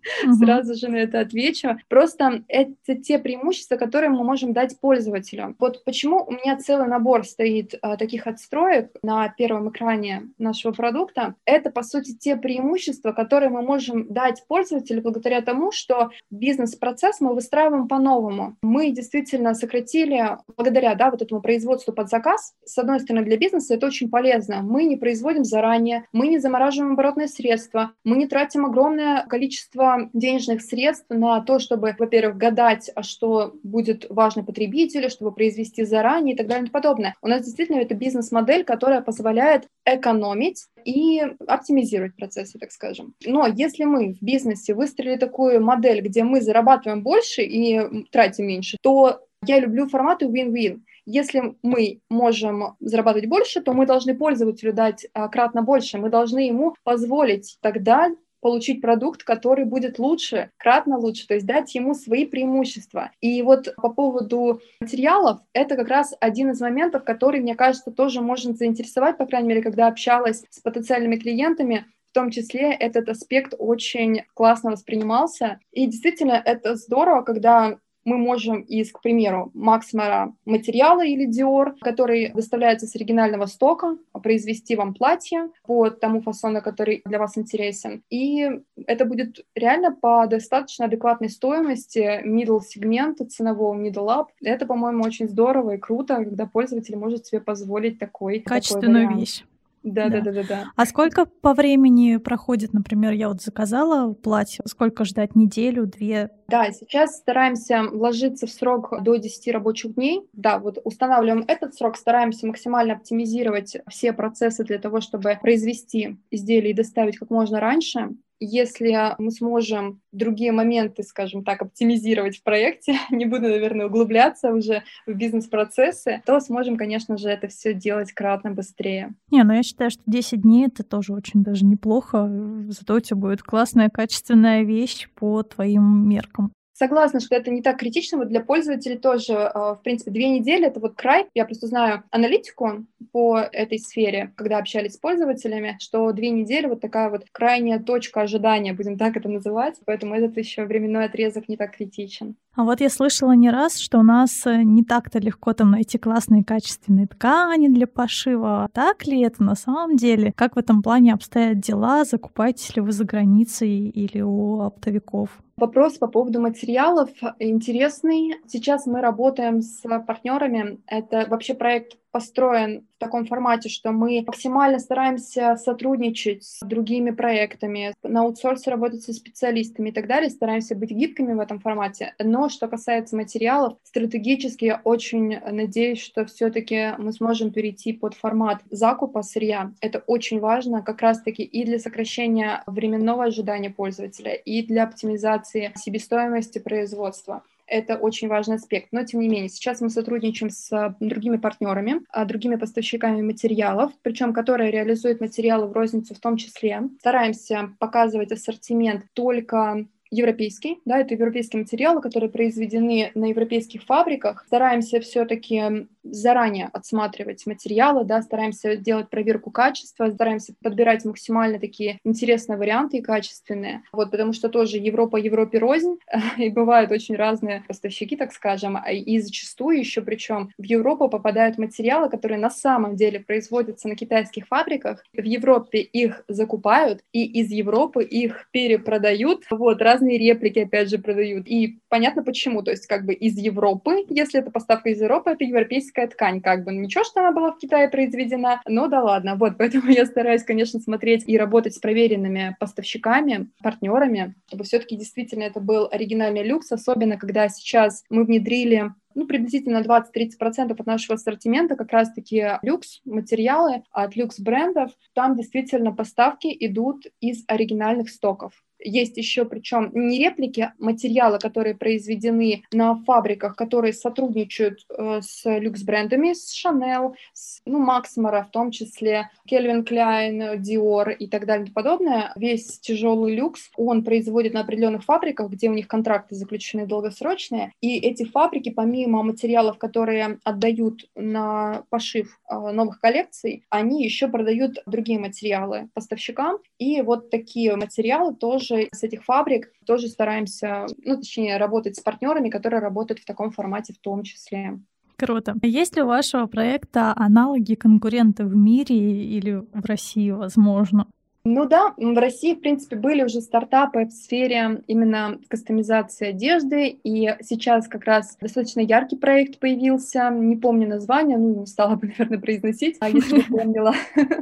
Сразу же на это отвечу. Просто это те преимущества, которые мы можем дать пользователю. Вот почему у меня целый набор стоит таких отстроек на первом экране нашего продукта. Это, по сути, те преимущества, которые мы можем дать пользователю благодаря тому, что бизнес-процесс мы выстраиваем по-новому. Мы действительно сократили, благодаря вот этому производству под заказ, с одной стороны, для бизнеса это очень полезно. Мы не производим заранее, мы не замораживаем оборотные средства, мы не тратим огромное количество денежных средств на то, чтобы, во-первых, гадать, что будет важно потребителю, чтобы произвести заранее и так далее и подобное. У нас действительно это бизнес-модель, которая позволяет экономить и оптимизировать процессы, так скажем. Но если мы в бизнесе выстроили такую модель, где мы зарабатываем больше и тратим меньше, то я люблю форматы win-win. Если мы можем зарабатывать больше, то мы должны пользователю дать кратно больше. Мы должны ему позволить тогда получить продукт, который будет лучше, кратно лучше, то есть дать ему свои преимущества. И вот по поводу материалов, это как раз один из моментов, который, мне кажется, тоже может заинтересовать, по крайней мере, когда общалась с потенциальными клиентами, в том числе этот аспект очень классно воспринимался. И действительно, это здорово, когда мы можем из, к примеру, Максмара материала или Dior, который доставляется с оригинального стока, произвести вам платье по тому фасону, который для вас интересен. И это будет реально по достаточно адекватной стоимости middle сегмента, ценового middle up. Это, по-моему, очень здорово и круто, когда пользователь может себе позволить такой качественную вариант. вещь. Да. А сколько по времени проходит, например, я вот заказала платье, сколько ждать, неделю, 2? Да, сейчас стараемся вложиться в срок до 10 рабочих дней. Да, вот устанавливаем этот срок, стараемся максимально оптимизировать все процессы для того, чтобы произвести изделие и доставить как можно раньше. Если мы сможем другие моменты, скажем так, оптимизировать в проекте, не буду, наверное, углубляться уже в бизнес-процессы, то сможем, конечно же, это все делать кратно быстрее. Ну я считаю, что 10 дней — это тоже очень даже неплохо. Зато у тебя будет классная, качественная вещь по твоим меркам. Согласна, что это не так критично. Вот для пользователей тоже, в принципе, 2 недели — это вот край. Я просто знаю аналитику по этой сфере, когда общались с пользователями, что 2 недели — вот такая вот крайняя точка ожидания, будем так это называть. Поэтому этот еще временной отрезок не так критичен. А вот я слышала не раз, что у нас не так-то легко там найти классные качественные ткани для пошива. Так ли это на самом деле? Как в этом плане обстоят дела? Закупаетесь ли вы за границей или у оптовиков? Вопрос по поводу материалов интересный. Сейчас мы работаем с партнерами. Это вообще проект построен в таком формате, что мы максимально стараемся сотрудничать с другими проектами, на аутсорсе работать со специалистами и так далее, стараемся быть гибкими в этом формате. Но что касается материалов, стратегически я очень надеюсь, что все-таки мы сможем перейти под формат закупа сырья. Это очень важно как раз-таки и для сокращения временного ожидания пользователя, и для оптимизации себестоимости производства. Это очень важный аспект. Но, тем не менее, сейчас мы сотрудничаем с другими партнерами, другими поставщиками материалов, причем которые реализуют материалы в розницу в том числе. Стараемся показывать ассортимент только европейский, да, это европейские материалы, которые произведены на европейских фабриках. Стараемся все-таки заранее отсматривать материалы, да, стараемся делать проверку качества, стараемся подбирать максимально такие интересные варианты и качественные. Вот, потому что тоже Европа Европе рознь, и бывают очень разные поставщики, так скажем, и зачастую еще, причем в Европу попадают материалы, которые на самом деле производятся на китайских фабриках, в Европе их закупают, и из Европы их перепродают, вот, разные реплики, опять же, продают. И понятно почему, то есть как бы из Европы, если это поставка из Европы, это европейская ткань, как бы ничего, что она была в Китае произведена, но да ладно, вот, поэтому я стараюсь, конечно, смотреть и работать с проверенными поставщиками, партнерами, чтобы все-таки действительно это был оригинальный люкс, особенно когда сейчас мы внедрили приблизительно 20-30% от нашего ассортимента как раз-таки люкс-материалы от люкс-брендов. Там действительно поставки идут из оригинальных стоков. Есть еще, причем не реплики, материалы, которые произведены на фабриках, которые сотрудничают с люкс-брендами, с Chanel, с Максмара в том числе, Calvin Klein, Dior и так далее и подобное. Весь тяжелый люкс, он производит на определенных фабриках, где у них контракты заключены долгосрочные, и эти фабрики, помимо материалов, которые отдают на пошив новых коллекций, они еще продают другие материалы поставщикам, и вот такие материалы тоже тоже с этих фабрик тоже стараемся, точнее, работать с партнерами, которые работают в таком формате в том числе. Круто. Есть ли у вашего проекта аналоги, конкуренты в мире или в России, возможно? Да, в России, в принципе, были уже стартапы в сфере именно кастомизации одежды, и сейчас как раз достаточно яркий проект появился, не помню название, не стала бы, наверное, произносить, а если бы помнила.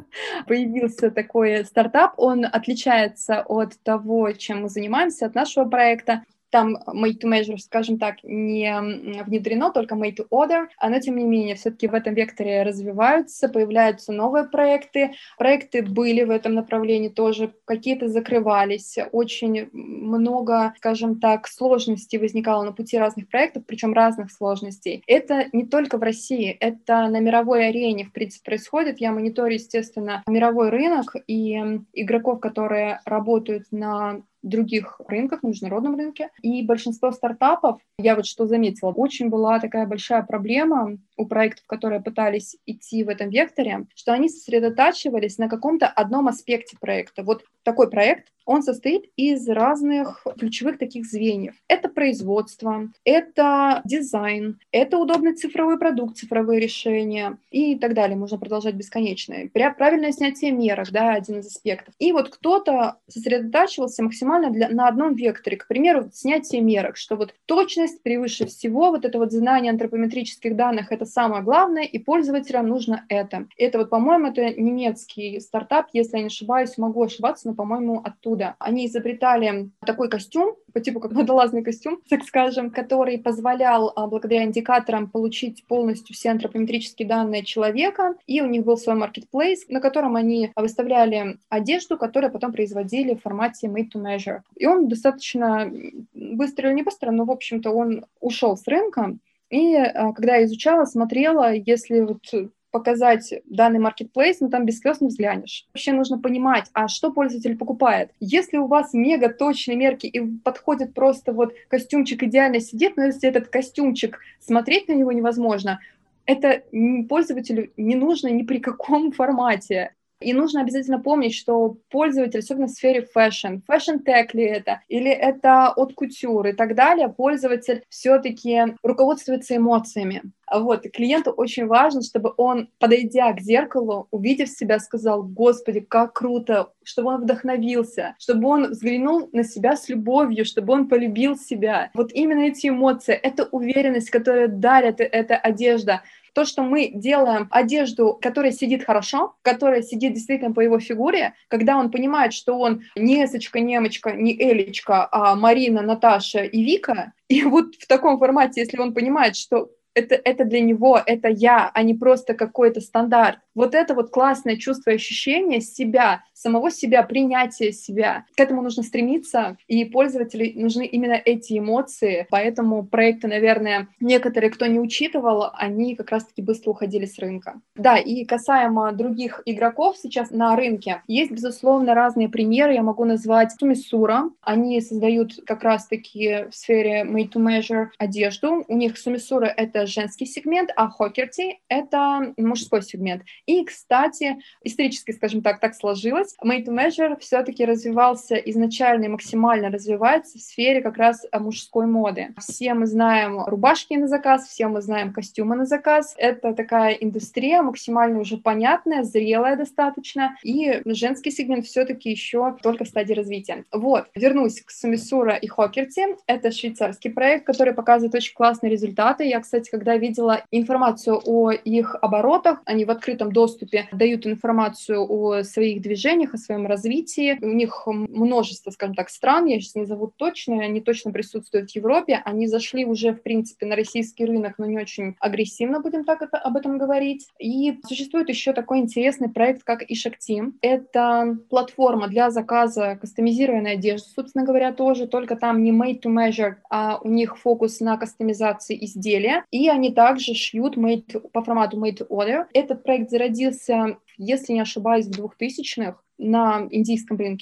Появился такой стартап, он отличается от того, чем мы занимаемся, от нашего проекта. Там made to measure, скажем так, не внедрено, только made to order, но тем не менее все-таки в этом векторе развиваются, появляются новые проекты. Проекты были в этом направлении тоже, какие-то закрывались, очень много, скажем так, сложностей возникало на пути разных проектов, причем разных сложностей. Это не только в России, это на мировой арене, в принципе, происходит. Я мониторю, естественно, мировой рынок и игроков, которые работают на других рынках, на международном рынке. И большинство стартапов, я вот что заметила, очень была такая большая проблема у проектов, которые пытались идти в этом векторе, что они сосредотачивались на каком-то одном аспекте проекта. Вот такой проект, он состоит из разных ключевых таких звеньев. Это производство, это дизайн, это удобный цифровой продукт, цифровые решения и так далее. Можно продолжать бесконечно. Правильное снятие мерок, да, один из аспектов. И вот кто-то сосредотачивался максимально на одном векторе. К примеру, снятие мерок, что вот точность превыше всего, вот это вот знание антропометрических данных, это самое главное, и пользователям нужно это. Это вот, по-моему, это немецкий стартап, если я не ошибаюсь, могу ошибаться, но, по-моему, оттуда. Они изобретали такой костюм, по типу как водолазный костюм, так скажем, который позволял благодаря индикаторам получить полностью все антропометрические данные человека, и у них был свой маркетплейс, на котором они выставляли одежду, которую потом производили в формате made to measure. И он достаточно быстро или не быстро, но, в общем-то, он ушел с рынка, и когда я изучала, смотрела, если вот показать данный маркетплейс, там без слез не взглянешь. Вообще нужно понимать, а что пользователь покупает. Если у вас мега точные мерки и подходит просто вот костюмчик идеально сидит, но если этот костюмчик, смотреть на него невозможно, это пользователю не нужно ни при каком формате. И нужно обязательно помнить, что пользователь, особенно в сфере фэшн-тег ли это, или это от кутюр и так далее, пользователь все-таки руководствуется эмоциями. Вот, и клиенту очень важно, чтобы он, подойдя к зеркалу, увидев себя, сказал: «Господи, как круто», чтобы он вдохновился, чтобы он взглянул на себя с любовью, чтобы он полюбил себя. Вот именно эти эмоции, это уверенность, которую дарит эта одежда. То, что мы делаем одежду, которая сидит хорошо, которая сидит действительно по его фигуре, когда он понимает, что он не Эсочка, Немочка, не Элечка, а Марина, Наташа и Вика, и вот в таком формате, если он понимает, что это для него, это я, а не просто какой-то стандарт. Вот это вот классное чувство и ощущение себя, самого себя, принятие себя. К этому нужно стремиться, и пользователю нужны именно эти эмоции. Поэтому проекты, наверное, некоторые, кто не учитывал, они как раз-таки быстро уходили с рынка. Да, и касаемо других игроков сейчас на рынке, есть, безусловно, разные примеры. Я могу назвать Сумисура. Они создают как раз-таки в сфере made to measure одежду. У них Сумисура — это женский сегмент, а Хокерти — это мужской сегмент. И, кстати, исторически, скажем так сложилось, made to measure все-таки развивался изначально и максимально развивается в сфере как раз мужской моды. Все мы знаем рубашки на заказ, все мы знаем костюмы на заказ. Это такая индустрия максимально уже понятная, зрелая достаточно, и женский сегмент все-таки еще только в стадии развития. Вот, вернусь к Сумисура и Хокерти. Это швейцарский проект, который показывает очень классные результаты. Я, кстати, когда видела информацию о их оборотах, они в открытом доступе дают информацию о своих движениях, о своем развитии. У них множество, скажем так, стран, я сейчас не зову точно, они точно присутствуют в Европе. Они зашли уже, в принципе, на российский рынок, но не очень агрессивно, будем так об этом говорить. И существует еще такой интересный проект, как Ишакти. Это платформа для заказа кастомизированной одежды, собственно говоря, тоже, только там не made to measure, а у них фокус на кастомизации изделия. И они также шьют по формату made to order. Этот проект зародился, если не ошибаюсь, в 2000-х на индийском рынке.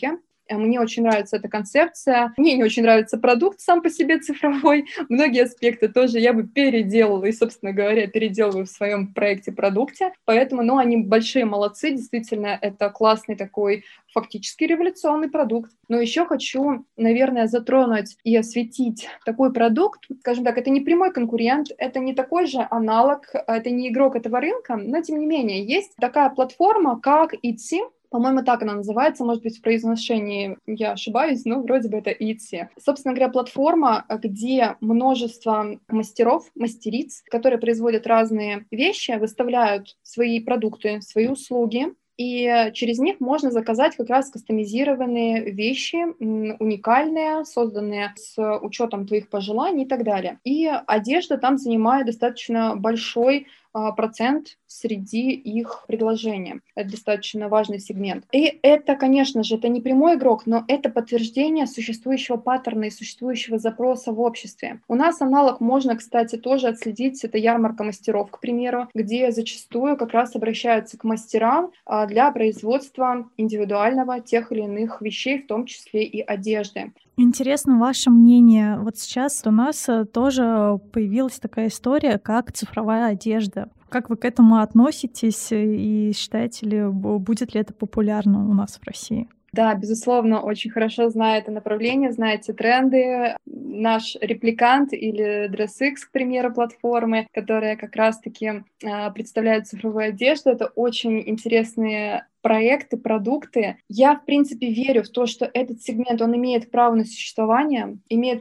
Мне очень нравится эта концепция. Мне не очень нравится продукт сам по себе цифровой. Многие аспекты тоже я бы переделала и, собственно говоря, переделываю в своем проекте-продукте. Поэтому, они большие молодцы. Действительно, это классный такой фактически революционный продукт. Но еще хочу, наверное, затронуть и осветить такой продукт. Скажем так, это не прямой конкурент, это не такой же аналог, это не игрок этого рынка, но тем не менее есть такая платформа, как Etsy. По-моему, так она называется, может быть, в произношении я ошибаюсь, но вроде бы это Etsy. Собственно говоря, платформа, где множество мастеров, мастериц, которые производят разные вещи, выставляют свои продукты, свои услуги, и через них можно заказать как раз кастомизированные вещи, уникальные, созданные с учетом твоих пожеланий и так далее. И одежда там занимает достаточно большой процент среди их предложения. Это достаточно важный сегмент. И это, конечно же, это не прямой игрок, но это подтверждение существующего паттерна и существующего запроса в обществе. У нас аналог можно, кстати, тоже отследить. Это ярмарка мастеров, к примеру, где зачастую как раз обращаются к мастерам для производства индивидуального тех или иных вещей, в том числе и одежды. Интересно ваше мнение. Вот сейчас у нас тоже появилась такая история, как цифровая одежда. Как вы к этому относитесь и считаете ли, будет ли это популярно у нас в России? Да, безусловно, очень хорошо знаю это направление, знаете тренды. Наш репликант или DressX, к примеру, платформы, которая как раз-таки представляет цифровую одежду, это очень интересные проекты, продукты. Я, в принципе, верю в то, что этот сегмент, он имеет право на существование,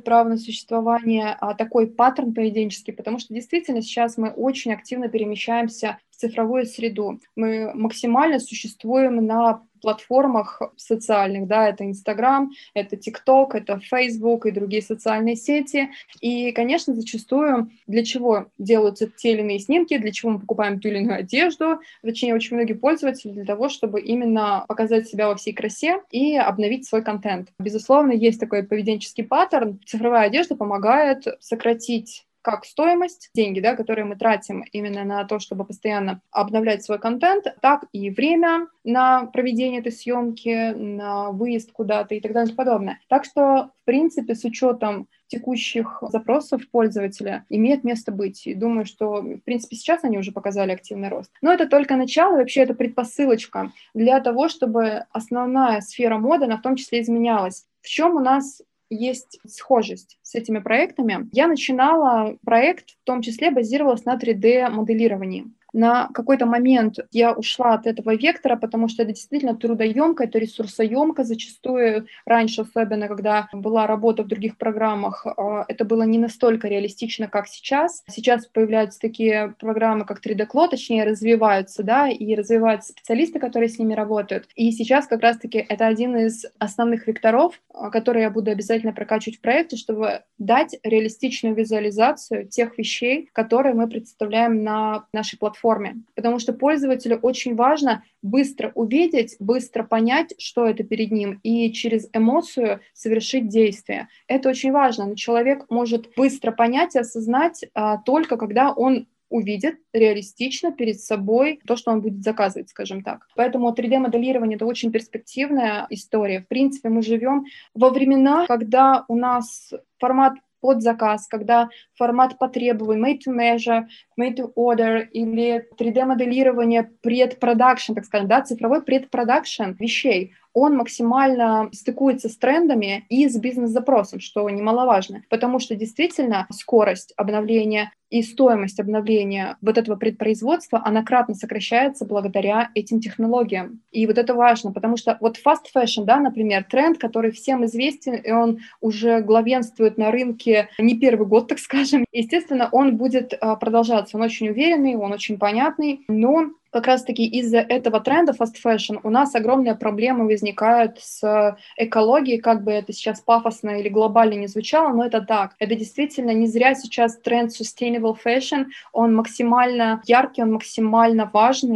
такой паттерн поведенческий, потому что действительно сейчас мы очень активно перемещаемся в цифровую среду. Мы максимально существуем на платформах социальных, да, это Instagram, это TikTok, это Facebook и другие социальные сети. И, конечно, зачастую для чего делаются те или иные снимки, для чего мы покупаем ту или иную одежду, точнее, очень многие пользователи для того, чтобы именно показать себя во всей красе и обновить свой контент. Безусловно, есть такой поведенческий паттерн. Цифровая одежда помогает сократить как стоимость, деньги, да, которые мы тратим именно на то, чтобы постоянно обновлять свой контент, так и время на проведение этой съемки, на выезд куда-то и так далее и подобное. Так что, в принципе, с учетом текущих запросов пользователя имеет место быть. И думаю, что, в принципе, сейчас они уже показали активный рост. Но это только начало, вообще это предпосылочка для того, чтобы основная сфера моды, она в том числе изменялась. В чем у нас есть схожесть с этими проектами. Я начинала проект, в том числе базировалась на 3D-моделировании. На какой-то момент я ушла от этого вектора, потому что это действительно трудоемко, это ресурсоемко. Зачастую раньше, особенно когда была работа в других программах, это было не настолько реалистично, как сейчас. Сейчас появляются такие программы, как 3D-Claw, точнее развиваются, да, и развиваются специалисты, которые с ними работают. И сейчас как раз-таки это один из основных векторов, который я буду обязательно прокачивать в проекте, чтобы дать реалистичную визуализацию тех вещей, которые мы представляем на нашей платформе. Потому что пользователю очень важно быстро увидеть, быстро понять, что это перед ним, и через эмоцию совершить действие. Это очень важно, но человек может быстро понять и осознать только когда он увидит реалистично перед собой то, что он будет заказывать, скажем так. Поэтому 3D-моделирование — это очень перспективная история. В принципе, мы живем во времена, когда у нас формат под заказ, когда формат по требованию, made to measure, made to order или 3D-моделирование предпродакшн, так скажем, да, цифровой предпродакшн вещей, он максимально стыкуется с трендами и с бизнес-запросом, что немаловажно, потому что действительно скорость обновления и стоимость обновления вот этого предпроизводства, она кратно сокращается благодаря этим технологиям. И вот это важно, потому что вот fast fashion, да, например, тренд, который всем известен, и он уже главенствует на рынке не первый год, так скажем. Естественно, он будет продолжаться. Он очень уверенный, он очень понятный, но как раз-таки из-за этого тренда fast fashion у нас огромные проблемы возникают с экологией, как бы это сейчас пафосно или глобально не звучало, но это так. Это действительно не зря сейчас тренд sustainable fashion, он максимально яркий, он максимально важный.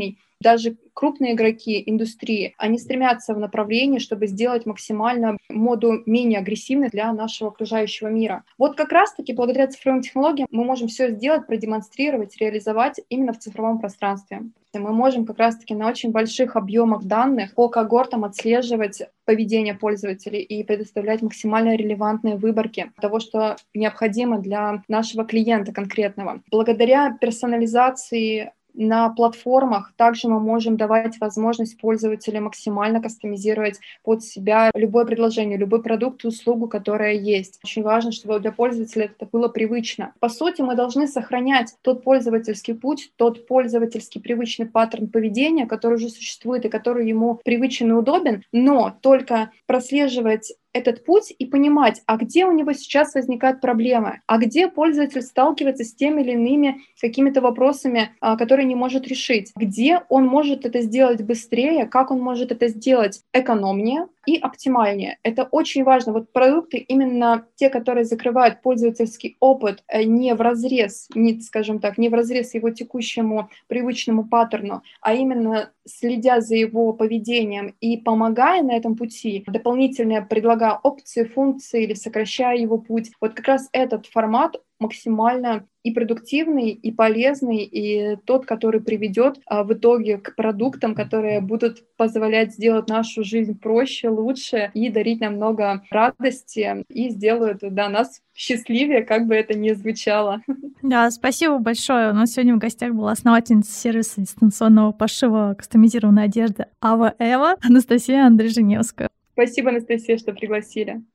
даже крупные игроки индустрии, они стремятся в направлении, чтобы сделать максимально моду менее агрессивной для нашего окружающего мира. Вот как раз-таки благодаря цифровым технологиям мы можем все сделать, продемонстрировать, реализовать именно в цифровом пространстве. Мы можем как раз-таки на очень больших объемах данных по когортам отслеживать поведение пользователей и предоставлять максимально релевантные выборки того, что необходимо для нашего клиента конкретного. Благодаря персонализации на платформах также мы можем давать возможность пользователю максимально кастомизировать под себя любое предложение, любой продукт и услугу, которая есть. Очень важно, чтобы для пользователя это было привычно. По сути, мы должны сохранять тот пользовательский путь, тот пользовательский привычный паттерн поведения, который уже существует и который ему привычен и удобен, но только прослеживать этот путь и понимать, а где у него сейчас возникают проблемы, а где пользователь сталкивается с теми или иными какими-то вопросами, которые не может решить, где он может это сделать быстрее, как он может это сделать экономнее и оптимальнее. Это очень важно. Вот продукты, именно те, которые закрывают пользовательский опыт не вразрез, скажем так, не вразрез его текущему привычному паттерну, а именно следя за его поведением и помогая на этом пути, дополнительно предлагая опции, функции или сокращая его путь. Вот как раз этот формат максимально и продуктивный, и полезный, и тот, который приведет в итоге к продуктам, которые будут позволять сделать нашу жизнь проще, лучше и дарить нам много радости, и сделают нас счастливее, как бы это ни звучало. Да, спасибо большое. У нас сегодня в гостях была основательница сервиса дистанционного пошива кастомизированной одежды Ava Eva Анастасия Андриженевская. Спасибо, Анастасия, что пригласили.